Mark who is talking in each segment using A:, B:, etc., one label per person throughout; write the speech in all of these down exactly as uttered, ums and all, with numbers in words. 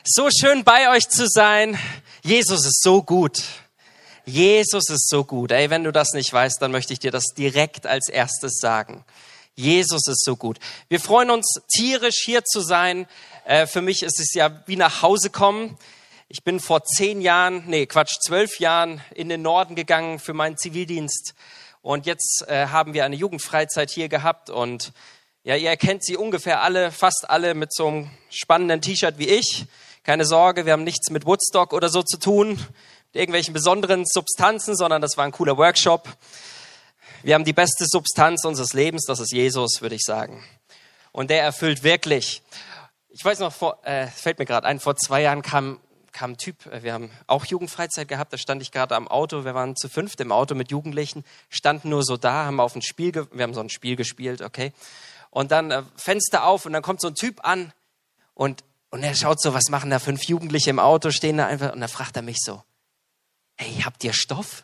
A: So schön bei euch zu sein. Jesus ist so gut. Jesus ist so gut. Ey, wenn du das nicht weißt, dann möchte ich dir das direkt als erstes sagen. Jesus ist so gut. Wir freuen uns tierisch, hier zu sein. Äh, für mich ist es ja wie nach Hause kommen. Ich bin vor zehn Jahren, nee Quatsch, zwölf Jahren in den Norden gegangen für meinen Zivildienst. Und jetzt äh, haben wir eine Jugendfreizeit hier gehabt. Und ja, ihr erkennt sie ungefähr alle, fast alle mit so einem spannenden T-Shirt wie ich. Keine Sorge, wir haben nichts mit Woodstock oder so zu tun, mit irgendwelchen besonderen Substanzen, sondern das war ein cooler Workshop. Wir haben die beste Substanz unseres Lebens, das ist Jesus, würde ich sagen. Und der erfüllt wirklich. Ich weiß noch, vor, äh, fällt mir gerade ein, vor zwei Jahren kam, kam ein Typ, wir haben auch Jugendfreizeit gehabt, da stand ich gerade am Auto, wir waren zu fünft im Auto mit Jugendlichen, standen nur so da, haben auf ein Spiel, ge- wir haben so ein Spiel gespielt, okay. Und dann äh, Fenster auf und dann kommt so ein Typ an und Und er schaut so, was machen da fünf Jugendliche im Auto, stehen da einfach. Und dann fragt er mich so, hey, habt ihr Stoff?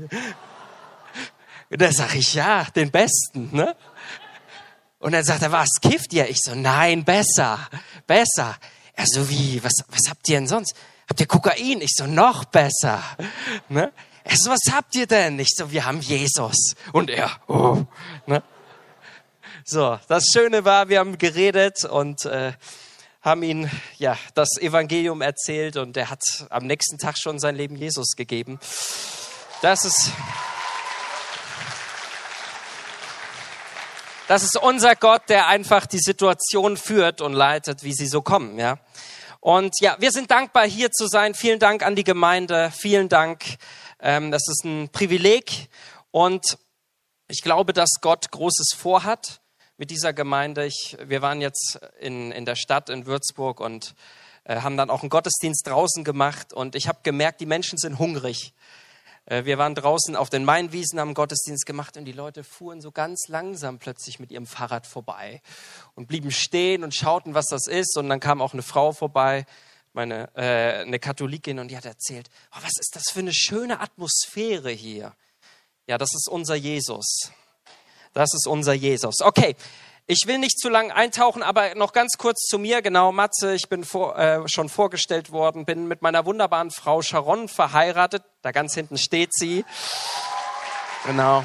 A: Und dann sage ich, ja, den besten, ne? Und dann sagt er, was, kifft ihr? Ich so, nein, besser, besser. Er so, wie, was, was habt ihr denn sonst? Habt ihr Kokain? Ich so, noch besser, ne? Er so, was habt ihr denn? Ich so, wir haben Jesus. Und er, oh, ne? So, das Schöne war, wir haben geredet und äh, haben ihm ja das Evangelium erzählt und er hat am nächsten Tag schon sein Leben Jesus gegeben. Das ist, das ist unser Gott, der einfach die Situation führt und leitet, wie sie so kommen, ja. Und ja, wir sind dankbar, hier zu sein. Vielen Dank an die Gemeinde. Vielen Dank. Ähm, das ist ein Privileg und ich glaube, dass Gott Großes vorhat mit dieser Gemeinde. Ich, wir waren jetzt in, in der Stadt in Würzburg und äh, haben dann auch einen Gottesdienst draußen gemacht und ich habe gemerkt, die Menschen sind hungrig. Äh, wir waren draußen auf den Mainwiesen, haben einen Gottesdienst gemacht und die Leute fuhren so ganz langsam plötzlich mit ihrem Fahrrad vorbei und blieben stehen und schauten, was das ist. Und dann kam auch eine Frau vorbei, meine, äh, eine Katholikin, und die hat erzählt, oh, was ist das für eine schöne Atmosphäre hier. Ja, das ist unser Jesus. Das ist unser Jesus. Okay, ich will nicht zu lange eintauchen, aber noch ganz kurz zu mir. Genau, Matze, ich bin vor, äh, schon vorgestellt worden, bin mit meiner wunderbaren Frau Sharon verheiratet. Da ganz hinten steht sie. Genau.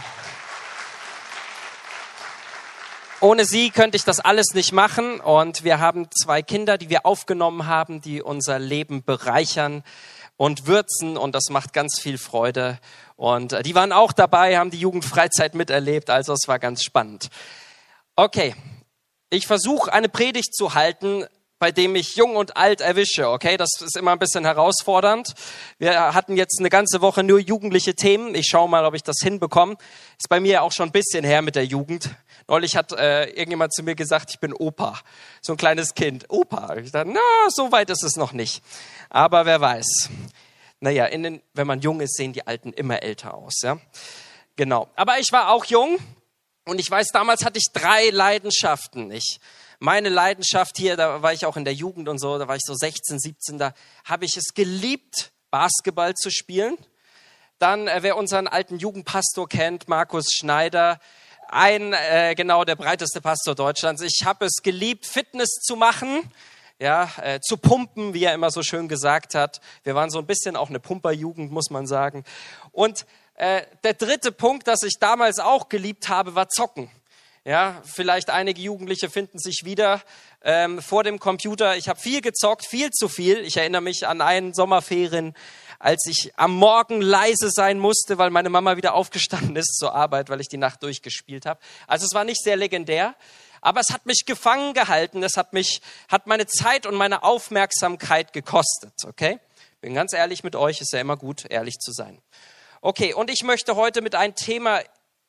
A: Ohne sie könnte ich das alles nicht machen. Und wir haben zwei Kinder, die wir aufgenommen haben, die unser Leben bereichern und würzen. Und das macht ganz viel Freude. Und die waren auch dabei, haben die Jugendfreizeit miterlebt, also es war ganz spannend. Okay, ich versuche eine Predigt zu halten, bei dem ich jung und alt erwische, okay? Das ist immer ein bisschen herausfordernd. Wir hatten jetzt eine ganze Woche nur jugendliche Themen. Ich schaue mal, ob ich das hinbekomme. Ist bei mir auch schon ein bisschen her mit der Jugend. Neulich hat äh, irgendjemand zu mir gesagt, ich bin Opa, so ein kleines Kind. Opa, ich dachte, na, so weit ist es noch nicht, aber wer weiß. Naja, in den, wenn man jung ist, sehen die Alten immer älter aus, ja. Genau. Aber ich war auch jung und ich weiß, damals hatte ich drei Leidenschaften. Ich, meine Leidenschaft hier, da war ich auch in der Jugend und so, da war ich so sechzehn, siebzehn, da habe ich es geliebt, Basketball zu spielen. Dann, äh, wer unseren alten Jugendpastor kennt, Markus Schneider, ein, äh, genau, der breiteste Pastor Deutschlands. Ich habe es geliebt, Fitness zu machen. Ja, äh, zu pumpen, wie er immer so schön gesagt hat. Wir waren so ein bisschen auch eine Pumperjugend, muss man sagen. Und äh, der dritte Punkt, das ich damals auch geliebt habe, war Zocken. Ja, vielleicht einige Jugendliche finden sich wieder ähm, vor dem Computer. Ich habe viel gezockt, viel zu viel. Ich erinnere mich an einen Sommerferien, als ich am Morgen leise sein musste, weil meine Mama wieder aufgestanden ist zur Arbeit, weil ich die Nacht durchgespielt habe. Also es war nicht sehr legendär. Aber es hat mich gefangen gehalten, es hat mich, hat meine Zeit und meine Aufmerksamkeit gekostet, okay? Bin ganz ehrlich mit euch, ist ja immer gut, ehrlich zu sein. Okay, und ich möchte heute mit einem Thema,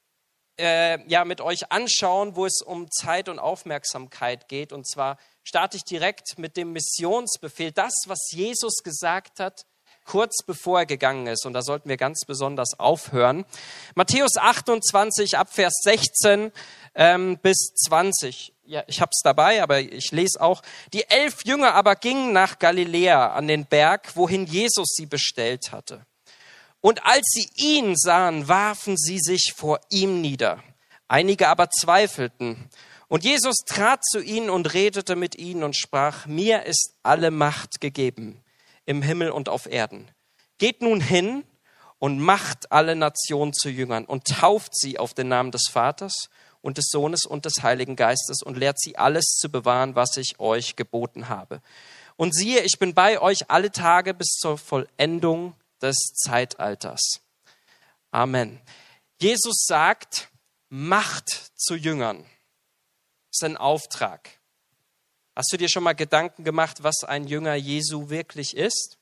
A: äh, ja, mit euch anschauen, wo es um Zeit und Aufmerksamkeit geht. Und zwar starte ich direkt mit dem Missionsbefehl, das, was Jesus gesagt hat, kurz bevor er gegangen ist. Und da sollten wir ganz besonders aufhören. Matthäus achtundzwanzig, ab Vers sechzehn ähm, bis zwanzig. Ja, ich habe es dabei, aber ich lese auch. Die elf Jünger aber gingen nach Galiläa an den Berg, wohin Jesus sie bestellt hatte. Und als sie ihn sahen, warfen sie sich vor ihm nieder. Einige aber zweifelten. Und Jesus trat zu ihnen und redete mit ihnen und sprach, mir ist alle Macht gegeben im Himmel und auf Erden. Geht nun hin und macht alle Nationen zu Jüngern und tauft sie auf den Namen des Vaters und des Sohnes und des Heiligen Geistes und lehrt sie alles zu bewahren, was ich euch geboten habe. Und siehe, ich bin bei euch alle Tage bis zur Vollendung des Zeitalters. Amen. Jesus sagt, macht zu Jüngern. Das ist ein Auftrag. Hast du dir schon mal Gedanken gemacht, was ein Jünger Jesu wirklich ist?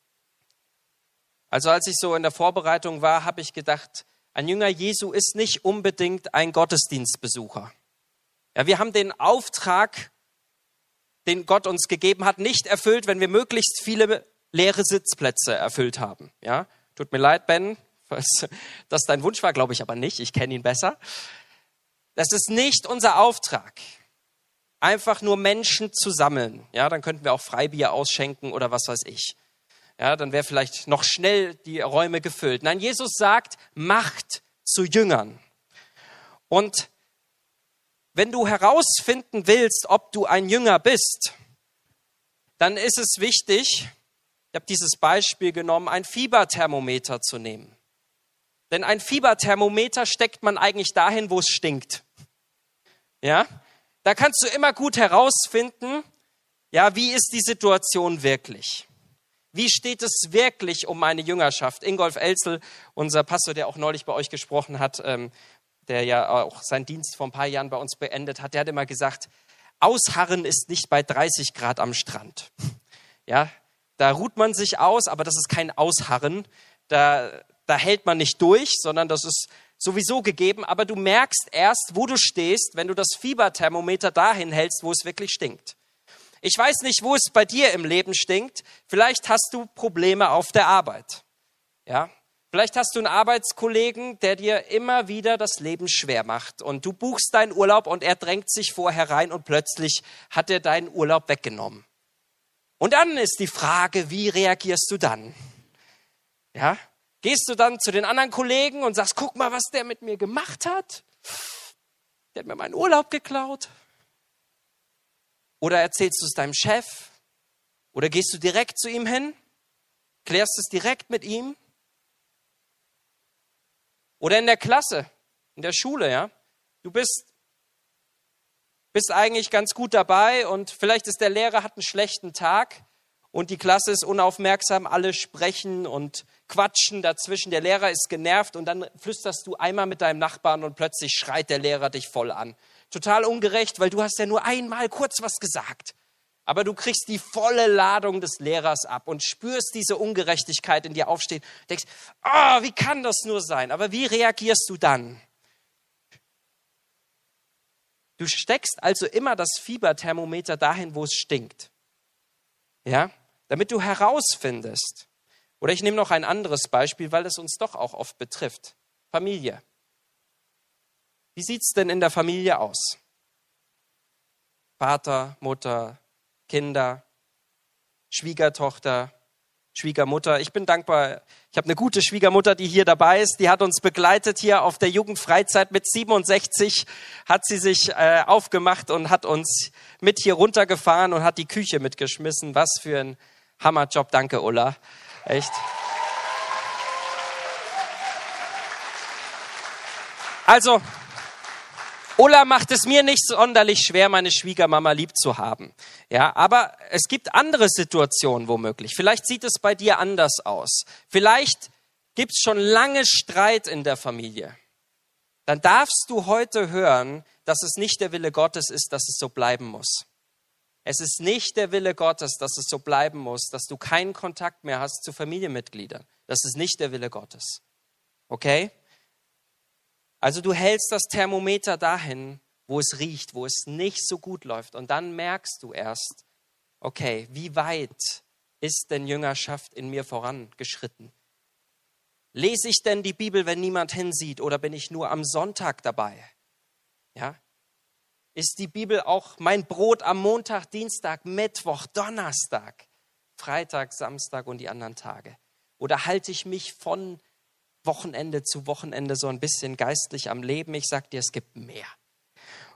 A: Also als ich so in der Vorbereitung war, habe ich gedacht, ein Jünger Jesu ist nicht unbedingt ein Gottesdienstbesucher. Ja, wir haben den Auftrag, den Gott uns gegeben hat, nicht erfüllt, wenn wir möglichst viele leere Sitzplätze erfüllt haben. Ja, tut mir leid, Ben, falls das dein Wunsch war, glaube ich aber nicht. Ich kenne ihn besser. Das ist nicht unser Auftrag, einfach nur Menschen zu sammeln. Ja, dann könnten wir auch Freibier ausschenken oder was weiß ich. Ja, dann wäre vielleicht noch schnell die Räume gefüllt. Nein, Jesus sagt, macht zu Jüngern. Und wenn du herausfinden willst, ob du ein Jünger bist, dann ist es wichtig, ich habe dieses Beispiel genommen, ein Fieberthermometer zu nehmen. Denn ein Fieberthermometer steckt man eigentlich dahin, wo es stinkt. Ja, da kannst du immer gut herausfinden, ja, wie ist die Situation wirklich? Wie steht es wirklich um meine Jüngerschaft? Ingolf Elzel, unser Pastor, der auch neulich bei euch gesprochen hat, ähm, der ja auch seinen Dienst vor ein paar Jahren bei uns beendet hat, der hat immer gesagt, Ausharren ist nicht bei dreißig Grad am Strand. Ja, da ruht man sich aus, aber das ist kein Ausharren. Da, da hält man nicht durch, sondern das ist sowieso gegeben. Aber du merkst erst, wo du stehst, wenn du das Fieberthermometer dahin hältst, wo es wirklich stinkt. Ich weiß nicht, wo es bei dir im Leben stinkt. Vielleicht hast du Probleme auf der Arbeit. Ja, vielleicht hast du einen Arbeitskollegen, der dir immer wieder das Leben schwer macht. Und du buchst deinen Urlaub und er drängt sich vorher rein und plötzlich hat er deinen Urlaub weggenommen. Und dann ist die Frage, wie reagierst du dann? Ja, gehst du dann zu den anderen Kollegen und sagst, guck mal, was der mit mir gemacht hat? Der hat mir meinen Urlaub geklaut. Oder erzählst du es deinem Chef? Oder gehst du direkt zu ihm hin? Klärst es direkt mit ihm? Oder in der Klasse, in der Schule, ja? Du bist, bist eigentlich ganz gut dabei und vielleicht ist der Lehrer, hat einen schlechten Tag und die Klasse ist unaufmerksam, alle sprechen und quatschen dazwischen. Der Lehrer ist genervt und dann flüsterst du einmal mit deinem Nachbarn und plötzlich schreit der Lehrer dich voll an. Total ungerecht, weil du hast ja nur einmal kurz was gesagt. Aber du kriegst die volle Ladung des Lehrers ab und spürst diese Ungerechtigkeit in dir aufstehen. Denkst, oh, wie kann das nur sein? Aber wie reagierst du dann? Du steckst also immer das Fieberthermometer dahin, wo es stinkt. Ja, damit du herausfindest. Oder ich nehme noch ein anderes Beispiel, weil es uns doch auch oft betrifft. Familie. Wie sieht es denn in der Familie aus? Vater, Mutter, Kinder, Schwiegertochter, Schwiegermutter. Ich bin dankbar, ich habe eine gute Schwiegermutter, die hier dabei ist. Die hat uns begleitet hier auf der Jugendfreizeit. Mit siebenundsechzig hat sie sich äh, aufgemacht und hat uns mit hier runtergefahren und hat die Küche mitgeschmissen. Was für ein Hammerjob. Danke, Ulla. Echt. Also, Ulla macht es mir nicht sonderlich schwer, meine Schwiegermama lieb zu haben. Ja, aber es gibt andere Situationen womöglich. Vielleicht sieht es bei dir anders aus. Vielleicht gibt es schon lange Streit in der Familie. Dann darfst du heute hören, dass es nicht der Wille Gottes ist, dass es so bleiben muss. Es ist nicht der Wille Gottes, dass es so bleiben muss, dass du keinen Kontakt mehr hast zu Familienmitgliedern. Das ist nicht der Wille Gottes. Okay? Also du hältst das Thermometer dahin, wo es riecht, wo es nicht so gut läuft. Und dann merkst du erst, okay, wie weit ist denn Jüngerschaft in mir vorangeschritten? Lese ich denn die Bibel, wenn niemand hinsieht, oder bin ich nur am Sonntag dabei? Ja? Ist die Bibel auch mein Brot am Montag, Dienstag, Mittwoch, Donnerstag, Freitag, Samstag und die anderen Tage? Oder halte ich mich von Wochenende zu Wochenende so ein bisschen geistlich am Leben? Ich sag dir, es gibt mehr.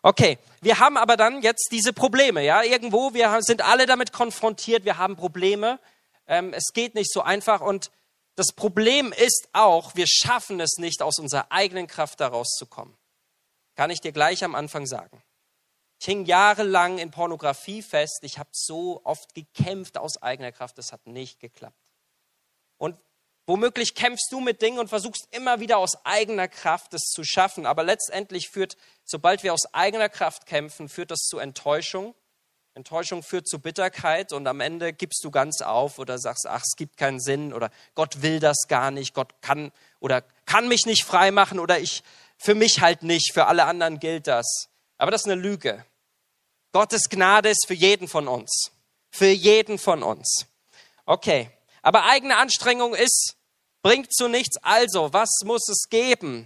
A: Okay, wir haben aber dann jetzt diese Probleme, ja, irgendwo, wir sind alle damit konfrontiert, wir haben Probleme, ähm, es geht nicht so einfach und das Problem ist auch, wir schaffen es nicht, aus unserer eigenen Kraft da rauszukommen. Kann ich dir gleich am Anfang sagen. Ich hing jahrelang in Pornografie fest, ich habe so oft gekämpft aus eigener Kraft, das hat nicht geklappt. Und womöglich kämpfst du mit Dingen und versuchst immer wieder aus eigener Kraft es zu schaffen. Aber letztendlich führt, sobald wir aus eigener Kraft kämpfen, führt das zu Enttäuschung. Enttäuschung führt zu Bitterkeit und am Ende gibst du ganz auf oder sagst, ach, es gibt keinen Sinn oder Gott will das gar nicht, Gott kann oder kann mich nicht frei machen oder ich, für mich halt nicht, für alle anderen gilt das. Aber das ist eine Lüge. Gottes Gnade ist für jeden von uns. Für jeden von uns. Okay. Aber eigene Anstrengung ist, bringt zu nichts. Also, was muss es geben?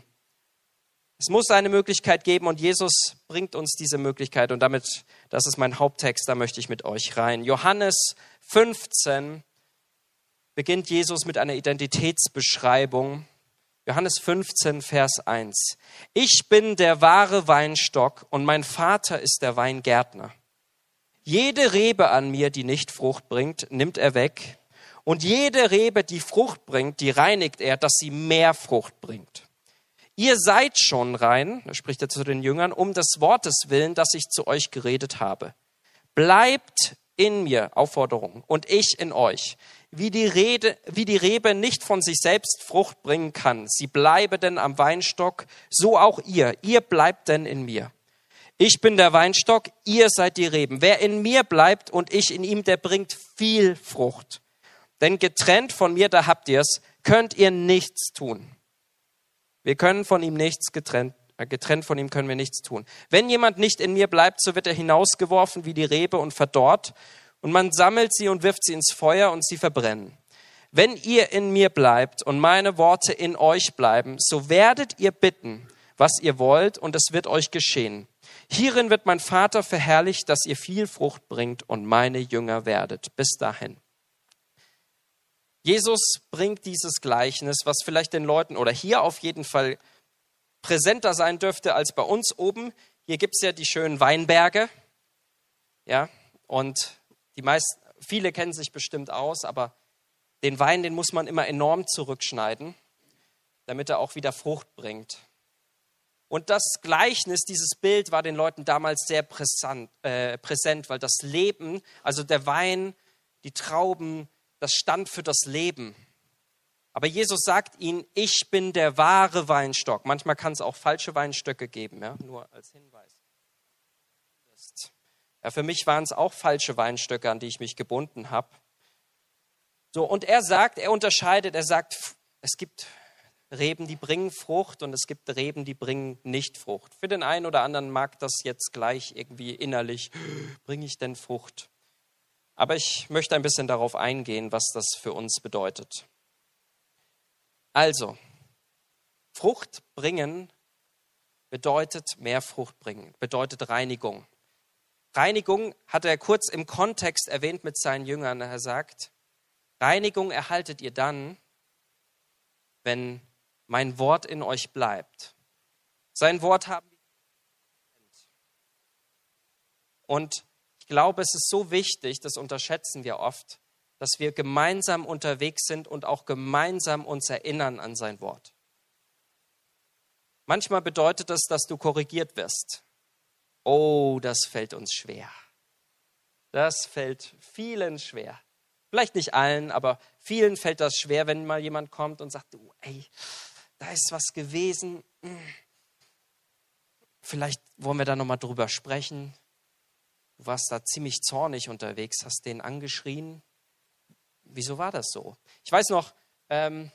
A: Es muss eine Möglichkeit geben und Jesus bringt uns diese Möglichkeit. Und damit, das ist mein Haupttext, da möchte ich mit euch rein. Johannes fünfzehn beginnt Jesus mit einer Identitätsbeschreibung. Johannes fünfzehn, Vers eins. Ich bin der wahre Weinstock und mein Vater ist der Weingärtner. Jede Rebe an mir, die nicht Frucht bringt, nimmt er weg. Und jede Rebe, die Frucht bringt, die reinigt er, dass sie mehr Frucht bringt. Ihr seid schon rein, da spricht er zu den Jüngern, um des Wortes willen, das ich zu euch geredet habe. Bleibt in mir, Aufforderung, und ich in euch. Wie die, Rede, wie die Rebe nicht von sich selbst Frucht bringen kann, sie bleibe denn am Weinstock, so auch ihr. Ihr bleibt denn in mir. Ich bin der Weinstock, ihr seid die Reben. Wer in mir bleibt und ich in ihm, der bringt viel Frucht. Denn getrennt von mir, da habt ihr es, könnt ihr nichts tun. Wir können von ihm nichts getrennt, äh, getrennt von ihm können wir nichts tun. Wenn jemand nicht in mir bleibt, so wird er hinausgeworfen wie die Rebe und verdorrt. Und man sammelt sie und wirft sie ins Feuer und sie verbrennen. Wenn ihr in mir bleibt und meine Worte in euch bleiben, so werdet ihr bitten, was ihr wollt, und es wird euch geschehen. Hierin wird mein Vater verherrlicht, dass ihr viel Frucht bringt und meine Jünger werdet. Bis dahin. Jesus bringt dieses Gleichnis, was vielleicht den Leuten oder hier auf jeden Fall präsenter sein dürfte als bei uns oben. Hier gibt es ja die schönen Weinberge. Ja, und die meisten, viele kennen sich bestimmt aus, aber den Wein, den muss man immer enorm zurückschneiden, damit er auch wieder Frucht bringt. Und das Gleichnis, dieses Bild war den Leuten damals sehr präsent, äh, präsent, weil das Leben, also der Wein, die Trauben, das stand für das Leben. Aber Jesus sagt ihnen, ich bin der wahre Weinstock. Manchmal kann es auch falsche Weinstöcke geben, ja? Nur als Hinweis. Ja, für mich waren es auch falsche Weinstöcke, an die ich mich gebunden habe. So, und er sagt, er unterscheidet, er sagt, es gibt Reben, die bringen Frucht und es gibt Reben, die bringen nicht Frucht. Für den einen oder anderen mag das jetzt gleich irgendwie innerlich, bringe ich denn Frucht? Aber ich möchte ein bisschen darauf eingehen, was das für uns bedeutet. Also, Frucht bringen bedeutet mehr Frucht bringen, bedeutet Reinigung. Reinigung hat er kurz im Kontext erwähnt mit seinen Jüngern. Er sagt, Reinigung erhaltet ihr dann, wenn mein Wort in euch bleibt. Sein Wort haben wir. Und ich glaube, es ist so wichtig, das unterschätzen wir oft, dass wir gemeinsam unterwegs sind und auch gemeinsam uns erinnern an sein Wort. Manchmal bedeutet das, dass du korrigiert wirst. Oh, das fällt uns schwer. Das fällt vielen schwer. Vielleicht nicht allen, aber vielen fällt das schwer, wenn mal jemand kommt und sagt, oh, ey, da ist was gewesen. Vielleicht wollen wir da nochmal drüber sprechen. Du warst da ziemlich zornig unterwegs, hast den angeschrien. Wieso war das so? Ich weiß noch, ähm,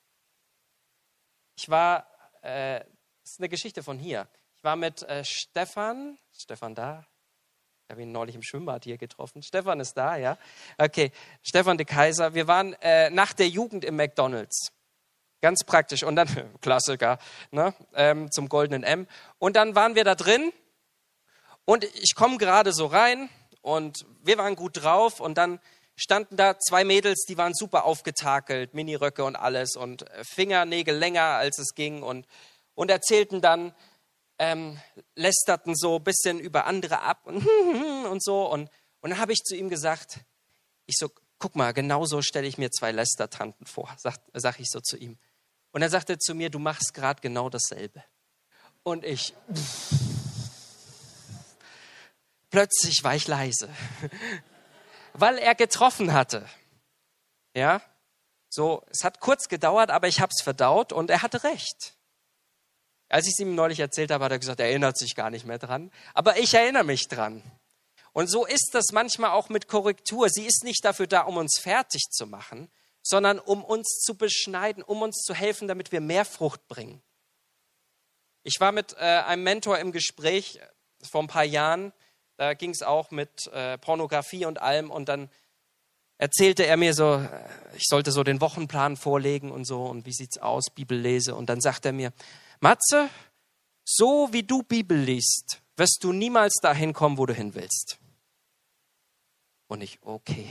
A: ich war, äh, das ist eine Geschichte von hier. Ich war mit äh, Stefan, Stefan da? Ich habe ihn neulich im Schwimmbad hier getroffen. Stefan ist da, ja? Okay, Stefan de Kaiser. Wir waren äh, nach der Jugend im McDonald's. Ganz praktisch. Und dann, Klassiker, ne? ähm, zum Goldenen M. Und dann waren wir da drin. Und ich komme gerade so rein und wir waren gut drauf und dann standen da zwei Mädels, die waren super aufgetakelt, Miniröcke und alles und Fingernägel länger als es ging und, und erzählten dann, ähm, lästerten so ein bisschen über andere ab und, und so. Und, und dann habe ich zu ihm gesagt, ich so, guck mal, genau so stelle ich mir zwei Lästertanten vor, sag, sag ich so zu ihm. Und dann sagt er zu mir, du machst gerade genau dasselbe. Und ich, plötzlich war ich leise, weil er getroffen hatte. Ja, so, es hat kurz gedauert, aber ich habe es verdaut und er hatte recht. Als ich es ihm neulich erzählt habe, hat er gesagt, er erinnert sich gar nicht mehr dran. Aber ich erinnere mich dran. Und so ist das manchmal auch mit Korrektur. Sie ist nicht dafür da, um uns fertig zu machen, sondern um uns zu beschneiden, um uns zu helfen, damit wir mehr Frucht bringen. Ich war mit äh, einem Mentor im Gespräch vor ein paar Jahren. Da ging es auch mit äh, Pornografie und allem. Und dann erzählte er mir so, ich sollte so den Wochenplan vorlegen und so. Und wie sieht's aus, Bibel lese. Und dann sagt er mir, Matze, so wie du Bibel liest, wirst du niemals dahin kommen, wo du hin willst. Und ich, okay,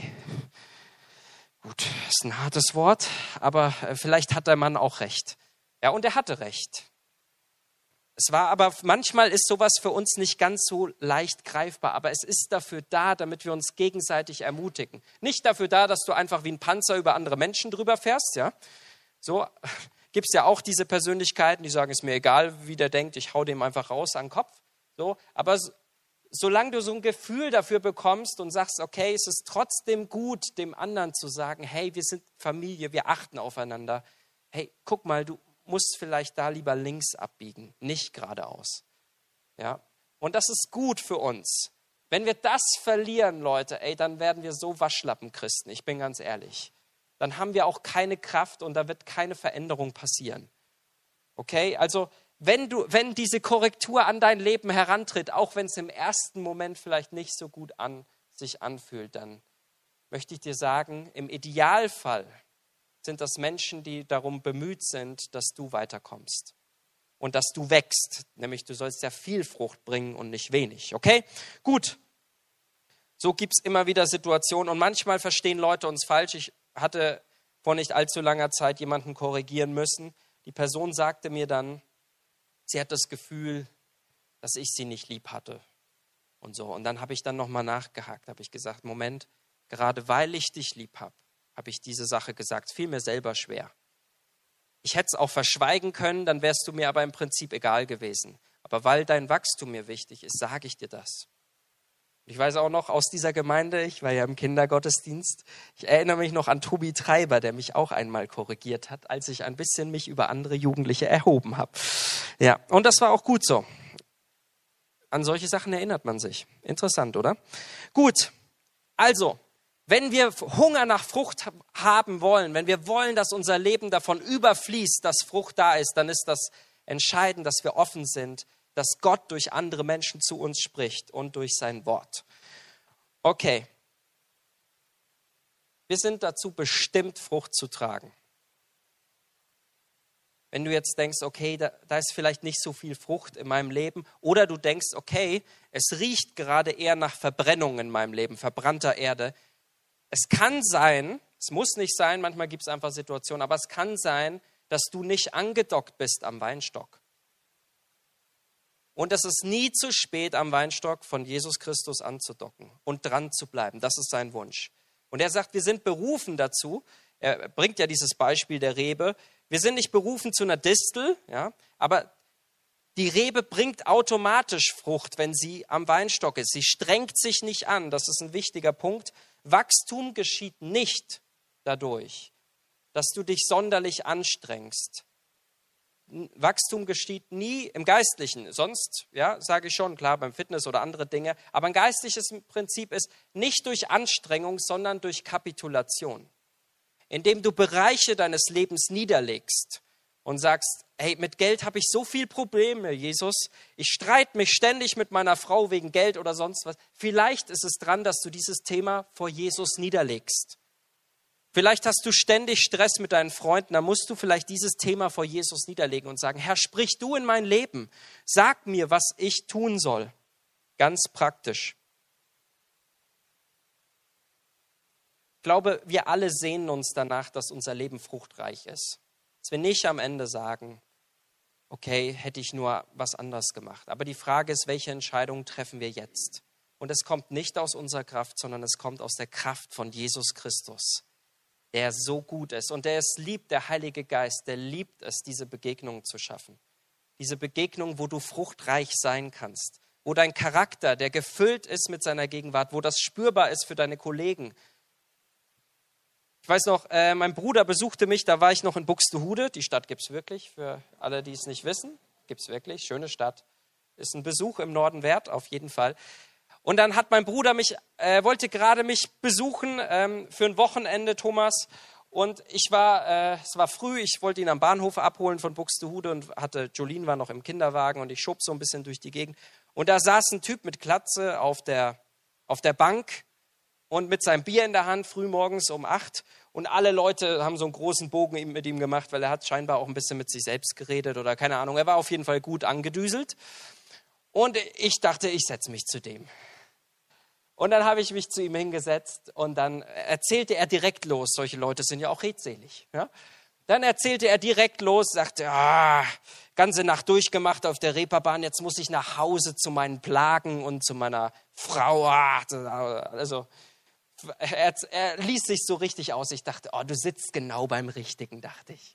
A: gut, ist ein hartes Wort, aber vielleicht hat der Mann auch recht. Ja, und er hatte recht. Es war aber, manchmal ist sowas für uns nicht ganz so leicht greifbar, aber es ist dafür da, damit wir uns gegenseitig ermutigen. Nicht dafür da, dass du einfach wie ein Panzer über andere Menschen drüber fährst, ja. So gibt es ja auch diese Persönlichkeiten, die sagen, ist mir egal, wie der denkt, ich hau dem einfach raus an den Kopf. So, aber so, solange du so ein Gefühl dafür bekommst und sagst, okay, es ist trotzdem gut, dem anderen zu sagen, hey, wir sind Familie, wir achten aufeinander. Hey, guck mal, du musst vielleicht da lieber links abbiegen, nicht geradeaus. Ja? Und das ist gut für uns. Wenn wir das verlieren, Leute, ey, dann werden wir so Waschlappen-Christen, ich bin ganz ehrlich. Dann haben wir auch keine Kraft und da wird keine Veränderung passieren. Okay, also wenn du, wenn diese Korrektur an dein Leben herantritt, auch wenn es im ersten Moment vielleicht nicht so gut an sich anfühlt, dann möchte ich dir sagen, im Idealfall sind das Menschen, die darum bemüht sind, dass du weiterkommst und dass du wächst. Nämlich du sollst ja viel Frucht bringen und nicht wenig. Okay, gut. So gibt es immer wieder Situationen und manchmal verstehen Leute uns falsch. Ich hatte vor nicht allzu langer Zeit jemanden korrigieren müssen. Die Person sagte mir dann, sie hat das Gefühl, dass ich sie nicht lieb hatte und so. Und dann habe ich dann nochmal nachgehakt, habe ich gesagt, Moment, gerade weil ich dich lieb habe, habe ich diese Sache gesagt, fiel mir selber schwer. Ich hätte es auch verschweigen können, dann wärst du mir aber im Prinzip egal gewesen. Aber weil dein Wachstum mir wichtig ist, sage ich dir das. Ich weiß auch noch aus dieser Gemeinde, ich war ja im Kindergottesdienst, ich erinnere mich noch an Tobi Treiber, der mich auch einmal korrigiert hat, als ich ein bisschen mich über andere Jugendliche erhoben habe. Ja, und das war auch gut so. An solche Sachen erinnert man sich. Interessant, oder? Gut, also, wenn wir Hunger nach Frucht haben wollen, wenn wir wollen, dass unser Leben davon überfließt, dass Frucht da ist, dann ist das entscheidend, dass wir offen sind, dass Gott durch andere Menschen zu uns spricht und durch sein Wort. Okay, wir sind dazu bestimmt, Frucht zu tragen. Wenn du jetzt denkst, okay, da, da ist vielleicht nicht so viel Frucht in meinem Leben, oder du denkst, okay, es riecht gerade eher nach Verbrennung in meinem Leben, verbrannter Erde. Es kann sein, es muss nicht sein, manchmal gibt es einfach Situationen, aber es kann sein, dass du nicht angedockt bist am Weinstock. Und es ist nie zu spät, am Weinstock von Jesus Christus anzudocken und dran zu bleiben. Das ist sein Wunsch. Und er sagt, wir sind berufen dazu. Er bringt ja dieses Beispiel der Rebe. Wir sind nicht berufen zu einer Distel, ja, aber die Rebe bringt automatisch Frucht, wenn sie am Weinstock ist. Sie strengt sich nicht an. Das ist ein wichtiger Punkt. Wachstum geschieht nicht dadurch, dass du dich sonderlich anstrengst. Wachstum geschieht nie im Geistlichen. Sonst, ja, sage ich schon, klar, beim Fitness oder andere Dinge. Aber ein geistliches Prinzip ist nicht durch Anstrengung, sondern durch Kapitulation. Indem du Bereiche deines Lebens niederlegst und sagst, hey, mit Geld habe ich so viel Probleme, Jesus. Ich streite mich ständig mit meiner Frau wegen Geld oder sonst was. Vielleicht ist es dran, dass du dieses Thema vor Jesus niederlegst. Vielleicht hast du ständig Stress mit deinen Freunden, da musst du vielleicht dieses Thema vor Jesus niederlegen und sagen, Herr, sprich du in mein Leben, sag mir, was ich tun soll. Ganz praktisch. Ich glaube, wir alle sehnen uns danach, dass unser Leben fruchtreich ist. Dass wir nicht am Ende sagen, okay, hätte ich nur was anderes gemacht. Aber die Frage ist, welche Entscheidungen treffen wir jetzt? Und es kommt nicht aus unserer Kraft, sondern es kommt aus der Kraft von Jesus Christus, der so gut ist und der es liebt, der Heilige Geist, der liebt es, diese Begegnungen zu schaffen. Diese Begegnung, wo du fruchtreich sein kannst, wo dein Charakter, der gefüllt ist mit seiner Gegenwart, wo das spürbar ist für deine Kollegen. Ich weiß noch, äh, mein Bruder besuchte mich, da war ich noch in Buxtehude, die Stadt gibt es wirklich, für alle, die es nicht wissen, gibt es wirklich, schöne Stadt, ist ein Besuch im Norden wert, auf jeden Fall. Und dann hat mein Bruder mich, äh, wollte gerade mich besuchen ähm, für ein Wochenende, Thomas. Und ich war, äh, es war früh, ich wollte ihn am Bahnhof abholen von Buxtehude und hatte, Jolene war noch im Kinderwagen und ich schob so ein bisschen durch die Gegend. Und da saß ein Typ mit Glatze auf der, auf der Bank und mit seinem Bier in der Hand, früh morgens um acht. Und alle Leute haben so einen großen Bogen mit ihm gemacht, weil er hat scheinbar auch ein bisschen mit sich selbst geredet oder keine Ahnung. Er war auf jeden Fall gut angedüselt. Und ich dachte, ich setze mich zu dem. Und dann habe ich mich zu ihm hingesetzt und dann erzählte er direkt los. Solche Leute sind ja auch redselig. Ja? Dann erzählte er direkt los, sagte, ah, ganze Nacht durchgemacht auf der Reeperbahn, jetzt muss ich nach Hause zu meinen Plagen und zu meiner Frau. Also er, er ließ sich so richtig aus. Ich dachte, oh, du sitzt genau beim Richtigen, dachte ich.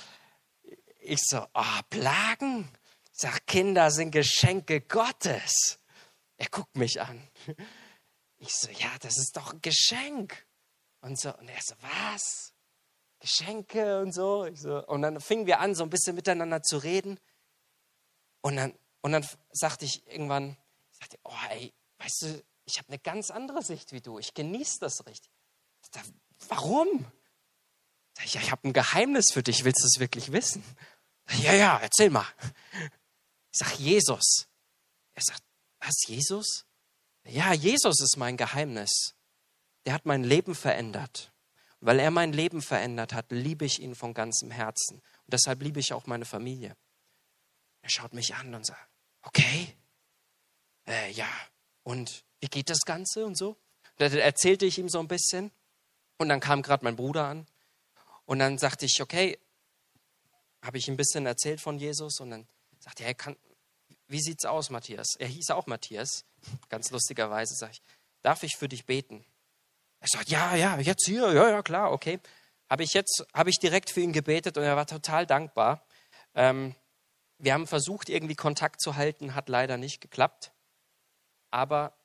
A: Ich so, oh, Plagen? Ich sag, Kinder sind Geschenke Gottes. Er guckt mich an. Ich so, ja, das ist doch ein Geschenk. Und, so, und er so, was? Geschenke und so. Ich so. Und dann fingen wir an, so ein bisschen miteinander zu reden. Und dann, und dann sagte ich irgendwann, ich sagte, oh ey, weißt du, ich habe eine ganz andere Sicht wie du. Ich genieße das richtig. Ich dachte, warum? Sag ich, ja, ich habe ein Geheimnis für dich. Willst du es wirklich wissen? Sag ich, ja, ja, erzähl mal. Ich sag, Jesus. Er sagt, was, Jesus? Ja, Jesus ist mein Geheimnis. Der hat mein Leben verändert. Und weil er mein Leben verändert hat, liebe ich ihn von ganzem Herzen. Und deshalb liebe ich auch meine Familie. Er schaut mich an und sagt, okay, äh, ja, und wie geht das Ganze und so? Dann erzählte ich ihm so ein bisschen. Und dann kam gerade mein Bruder an. Und dann sagte ich, okay, habe ich ein bisschen erzählt von Jesus. Und dann sagte er, kann, wie sieht's aus, Matthias? Er hieß auch Matthias. Ganz lustigerweise sage ich, darf ich für dich beten? Er sagt, ja, ja, jetzt hier, ja, ja, klar, okay. Habe ich jetzt, habe ich direkt für ihn gebetet und er war total dankbar. Ähm, wir haben versucht, irgendwie Kontakt zu halten, hat leider nicht geklappt. Aber,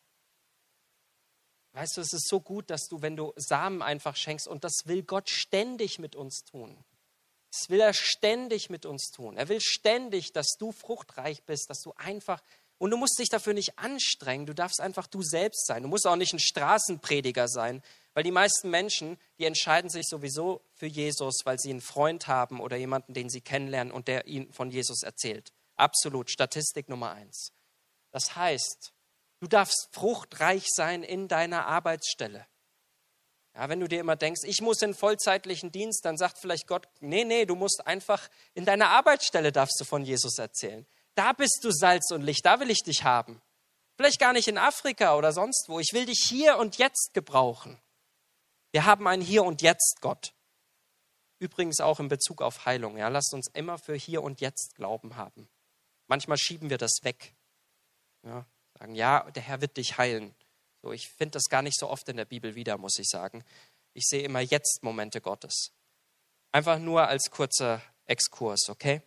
A: weißt du, es ist so gut, dass du, wenn du Samen einfach schenkst, und das will Gott ständig mit uns tun. Das will er ständig mit uns tun. Er will ständig, dass du fruchtreich bist, dass du einfach, und du musst dich dafür nicht anstrengen, du darfst einfach du selbst sein. Du musst auch nicht ein Straßenprediger sein, weil die meisten Menschen, die entscheiden sich sowieso für Jesus, weil sie einen Freund haben oder jemanden, den sie kennenlernen und der ihnen von Jesus erzählt. Absolut, Statistik Nummer eins. Das heißt, du darfst fruchtreich sein in deiner Arbeitsstelle. Ja, wenn du dir immer denkst, ich muss in vollzeitlichen Dienst, dann sagt vielleicht Gott, nee, nee, du musst einfach in deiner Arbeitsstelle darfst du von Jesus erzählen. Da bist du Salz und Licht, da will ich dich haben. Vielleicht gar nicht in Afrika oder sonst wo. Ich will dich hier und jetzt gebrauchen. Wir haben einen Hier und Jetzt Gott. Übrigens auch in Bezug auf Heilung. Ja, lasst uns immer für Hier und Jetzt Glauben haben. Manchmal schieben wir das weg. Ja, sagen, ja, der Herr wird dich heilen. So, ich finde das gar nicht so oft in der Bibel wieder, muss ich sagen. Ich sehe immer jetzt Momente Gottes. Einfach nur als kurzer Exkurs, okay?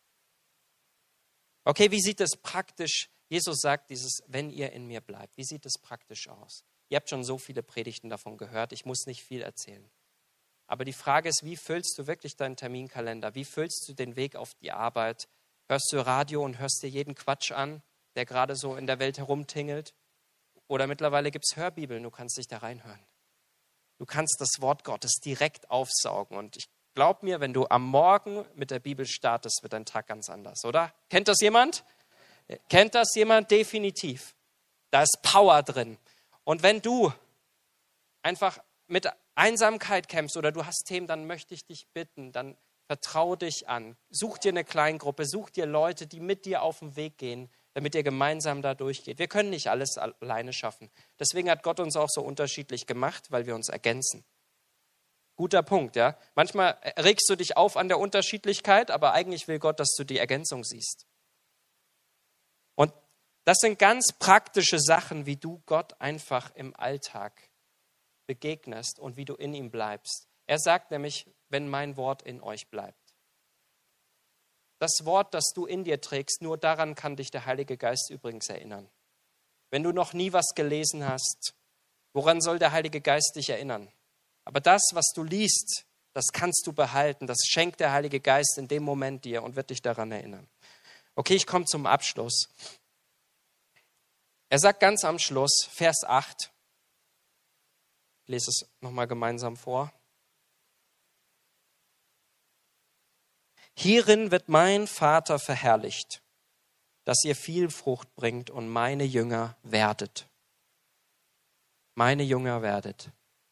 A: Okay, wie sieht das praktisch? Jesus sagt dieses, wenn ihr in mir bleibt. Wie sieht das praktisch aus? Ihr habt schon so viele Predigten davon gehört. Ich muss nicht viel erzählen. Aber die Frage ist, wie füllst du wirklich deinen Terminkalender? Wie füllst du den Weg auf die Arbeit? Hörst du Radio und hörst dir jeden Quatsch an, der gerade so in der Welt herumtingelt? Oder mittlerweile gibt es Hörbibeln, du kannst dich da reinhören. Du kannst das Wort Gottes direkt aufsaugen. Und ich glaub mir, wenn du am Morgen mit der Bibel startest, wird dein Tag ganz anders, oder? Kennt das jemand? Kennt das jemand? Definitiv. Da ist Power drin. Und wenn du einfach mit Einsamkeit kämpfst oder du hast Themen, dann möchte ich dich bitten, dann vertrau dich an. Such dir eine Kleingruppe, such dir Leute, die mit dir auf den Weg gehen, damit ihr gemeinsam da durchgeht. Wir können nicht alles alleine schaffen. Deswegen hat Gott uns auch so unterschiedlich gemacht, weil wir uns ergänzen. Guter Punkt, ja. Manchmal regst du dich auf an der Unterschiedlichkeit, aber eigentlich will Gott, dass du die Ergänzung siehst. Und das sind ganz praktische Sachen, wie du Gott einfach im Alltag begegnest und wie du in ihm bleibst. Er sagt nämlich, wenn mein Wort in euch bleibt. Das Wort, das du in dir trägst, nur daran kann dich der Heilige Geist übrigens erinnern. Wenn du noch nie was gelesen hast, woran soll der Heilige Geist dich erinnern? Aber das, was du liest, das kannst du behalten. Das schenkt der Heilige Geist in dem Moment dir und wird dich daran erinnern. Okay, ich komme zum Abschluss. Er sagt ganz am Schluss, Vers acht, ich lese es nochmal gemeinsam vor. Hierin wird mein Vater verherrlicht, dass ihr viel Frucht bringt und meine Jünger werdet. Meine Jünger werdet.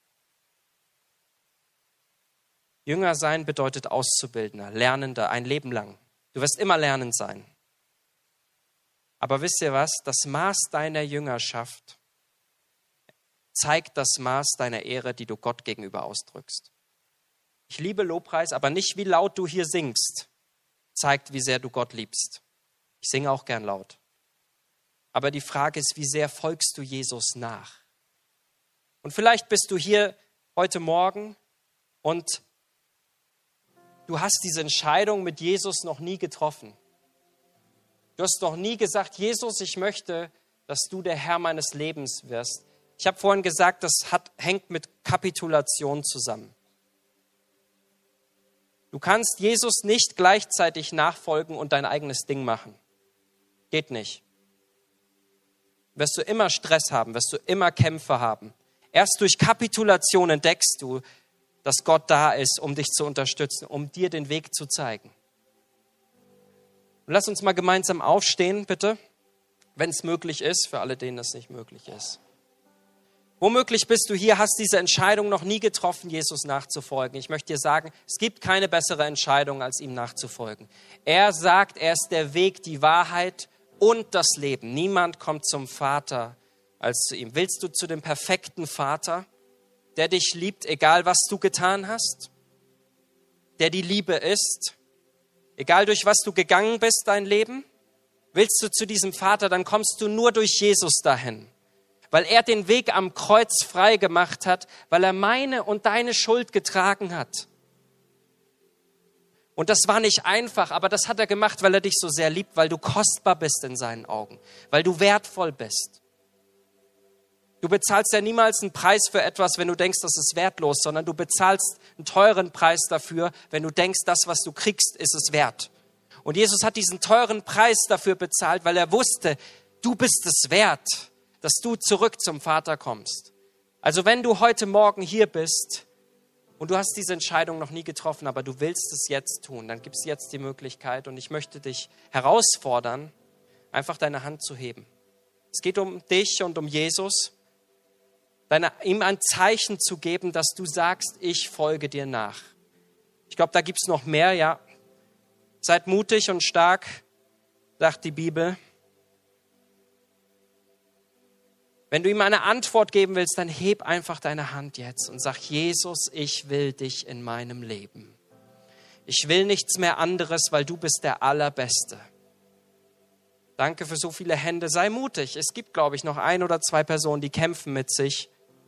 A: Jünger sein bedeutet Auszubildender, Lernender, ein Leben lang. Du wirst immer lernend sein. Aber wisst ihr was? Das Maß deiner Jüngerschaft zeigt das Maß deiner Ehre, die du Gott gegenüber ausdrückst. Ich liebe Lobpreis, aber nicht wie laut du hier singst, zeigt, wie sehr du Gott liebst. Ich singe auch gern laut. Aber die Frage ist, wie sehr folgst du Jesus nach? Und vielleicht bist du hier heute Morgen und du hast diese Entscheidung mit Jesus noch nie getroffen. Du hast noch nie gesagt, Jesus, ich möchte, dass du der Herr meines Lebens wirst. Ich habe vorhin gesagt, das hat, hängt mit Kapitulation zusammen. Du kannst Jesus nicht gleichzeitig nachfolgen und dein eigenes Ding machen. Geht nicht. Wirst du immer Stress haben, wirst du immer Kämpfe haben. Erst durch Kapitulation entdeckst du, dass Gott da ist, um dich zu unterstützen, um dir den Weg zu zeigen. Und lass uns mal gemeinsam aufstehen, bitte, wenn es möglich ist, für alle, denen es nicht möglich ist. Womöglich bist du hier, hast diese Entscheidung noch nie getroffen, Jesus nachzufolgen. Ich möchte dir sagen, es gibt keine bessere Entscheidung, als ihm nachzufolgen. Er sagt, er ist der Weg, die Wahrheit und das Leben. Niemand kommt zum Vater als zu ihm. Willst du zu dem perfekten Vater, der dich liebt, egal was du getan hast? Der die Liebe ist, egal durch was du gegangen bist, dein Leben? Willst du zu diesem Vater, dann kommst du nur durch Jesus dahin. Weil er den Weg am Kreuz frei gemacht hat, weil er meine und deine Schuld getragen hat. Und das war nicht einfach, aber das hat er gemacht, weil er dich so sehr liebt, weil du kostbar bist in seinen Augen, weil du wertvoll bist. Du bezahlst ja niemals einen Preis für etwas, wenn du denkst, das ist wertlos, sondern du bezahlst einen teuren Preis dafür, wenn du denkst, das, was du kriegst, ist es wert. Und Jesus hat diesen teuren Preis dafür bezahlt, weil er wusste, du bist es wert, dass du zurück zum Vater kommst. Also wenn du heute Morgen hier bist und du hast diese Entscheidung noch nie getroffen, aber du willst es jetzt tun, dann gibt es jetzt die Möglichkeit und ich möchte dich herausfordern, einfach deine Hand zu heben. Es geht um dich und um Jesus, deine, ihm ein Zeichen zu geben, dass du sagst, ich folge dir nach. Ich glaube, da gibt es noch mehr, ja. Seid mutig und stark, sagt die Bibel. Wenn du ihm eine Antwort geben willst, dann heb einfach deine Hand jetzt und sag, Jesus, ich will dich in meinem Leben. Ich will nichts mehr anderes, weil du bist der Allerbeste. Danke für so viele Hände. Sei mutig. Es gibt, glaube ich, noch ein oder zwei Personen, die kämpfen mit sich.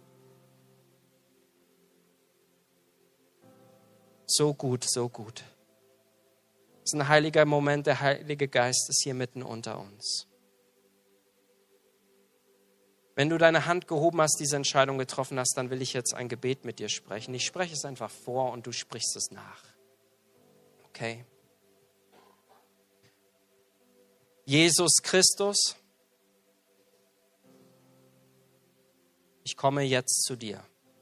A: So gut, so gut. Es ist ein heiliger Moment. Der Heilige Geist ist hier mitten unter uns. Wenn du deine Hand gehoben hast, diese Entscheidung getroffen hast, dann will ich jetzt ein Gebet mit dir sprechen. Ich spreche es einfach vor und du sprichst es nach. Okay? Jesus Christus, ich komme jetzt zu dir.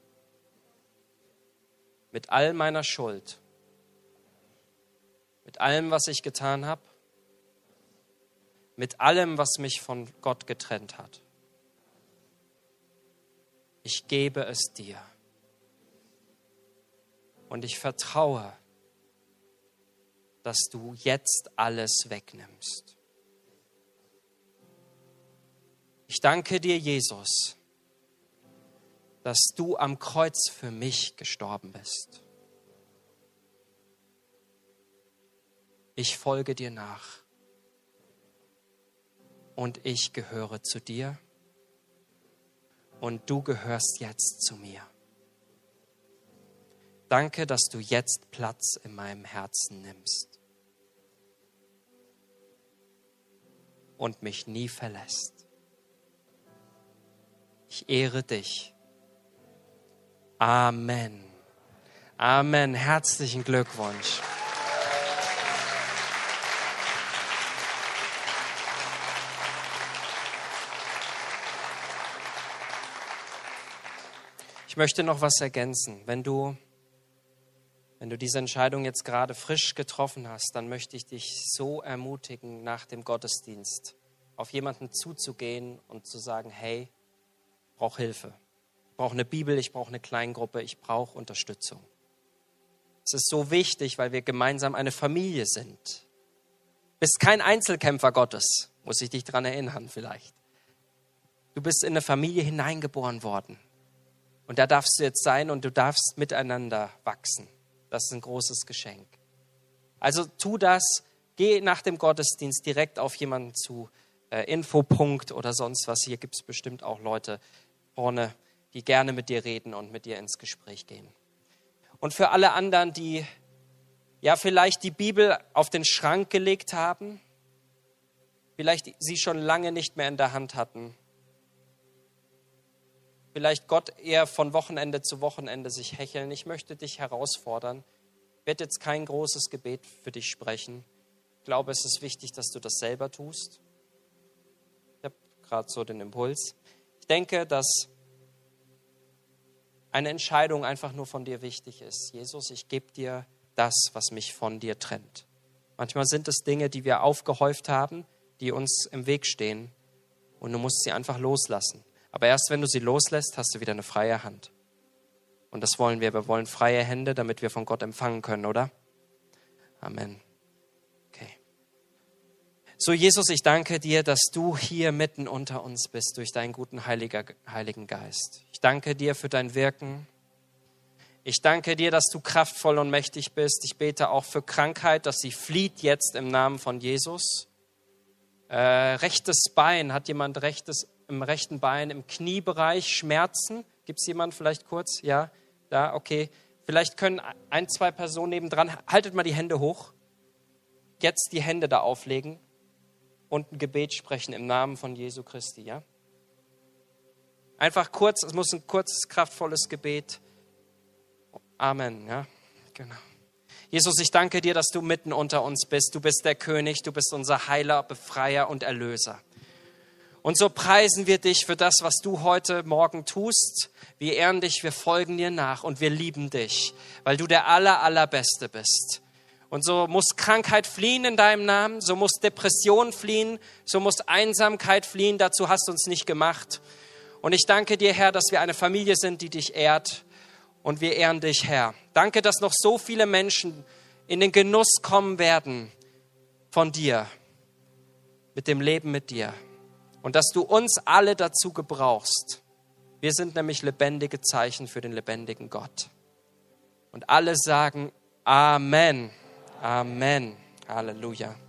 A: Mit all meiner Schuld, mit allem, was ich getan habe, mit allem, was mich von Gott getrennt hat. Ich gebe es dir. Und ich vertraue, dass du jetzt alles wegnimmst. Ich danke dir, Jesus, dass du am Kreuz für mich gestorben bist. Ich folge dir nach und ich gehöre zu dir und du gehörst jetzt zu mir. Danke, dass du jetzt Platz in meinem Herzen nimmst und mich nie verlässt. Ich ehre dich. Amen. Amen. Herzlichen Glückwunsch. Ich möchte noch was ergänzen. Wenn du, wenn du diese Entscheidung jetzt gerade frisch getroffen hast, dann möchte ich dich so ermutigen, nach dem Gottesdienst auf jemanden zuzugehen und zu sagen, hey, ich brauche Hilfe. Ich brauche eine Bibel, ich brauche eine Kleingruppe, ich brauche Unterstützung. Es ist so wichtig, weil wir gemeinsam eine Familie sind. Du bist kein Einzelkämpfer Gottes, muss ich dich daran erinnern vielleicht. Du bist in eine Familie hineingeboren worden. Und da darfst du jetzt sein und du darfst miteinander wachsen. Das ist ein großes Geschenk. Also tu das, geh nach dem Gottesdienst direkt auf jemanden zu, äh, Infopunkt oder sonst was. Hier gibt es bestimmt auch Leute vorne, die gerne mit dir reden und mit dir ins Gespräch gehen. Und für alle anderen, die ja vielleicht die Bibel auf den Schrank gelegt haben, vielleicht sie schon lange nicht mehr in der Hand hatten, vielleicht Gott eher von Wochenende zu Wochenende sich hecheln. Ich möchte dich herausfordern. Ich werde jetzt kein großes Gebet für dich sprechen. Ich glaube, es ist wichtig, dass du das selber tust. Ich habe gerade so den Impuls. Ich denke, dass eine Entscheidung einfach nur von dir wichtig ist. Jesus, ich gebe dir das, was mich von dir trennt. Manchmal sind es Dinge, die wir aufgehäuft haben, die uns im Weg stehen. Und du musst sie einfach loslassen. Aber erst wenn du sie loslässt, hast du wieder eine freie Hand. Und das wollen wir. Wir wollen freie Hände, damit wir von Gott empfangen können, oder? Amen. Okay. So, Jesus, ich danke dir, dass du hier mitten unter uns bist durch deinen guten Heiliger, Heiligen Geist. Ich danke dir für dein Wirken. Ich danke dir, dass du kraftvoll und mächtig bist. Ich bete auch für Krankheit, dass sie flieht jetzt im Namen von Jesus. Äh, rechtes Bein, hat jemand rechtes im rechten Bein, im Kniebereich Schmerzen? Gibt es jemand vielleicht kurz? Ja, da, okay. Vielleicht können ein, zwei Personen nebendran, haltet mal die Hände hoch, jetzt die Hände da auflegen und ein Gebet sprechen im Namen von Jesu Christi, ja? Einfach kurz, es muss ein kurzes, kraftvolles Gebet. Amen, ja, genau. Jesus, ich danke dir, dass du mitten unter uns bist. Du bist der König, du bist unser Heiler, Befreier und Erlöser. Und so preisen wir dich für das, was du heute Morgen tust. Wir ehren dich, wir folgen dir nach und wir lieben dich, weil du der aller, allerbeste bist. Und so muss Krankheit fliehen in deinem Namen, so muss Depression fliehen, so muss Einsamkeit fliehen. Dazu hast du uns nicht gemacht. Und ich danke dir, Herr, dass wir eine Familie sind, die dich ehrt. Und wir ehren dich, Herr. Danke, dass noch so viele Menschen in den Genuss kommen werden von dir, mit dem Leben mit dir. Und dass du uns alle dazu gebrauchst. Wir sind nämlich lebendige Zeichen für den lebendigen Gott. Und alle sagen Amen. Amen. Halleluja.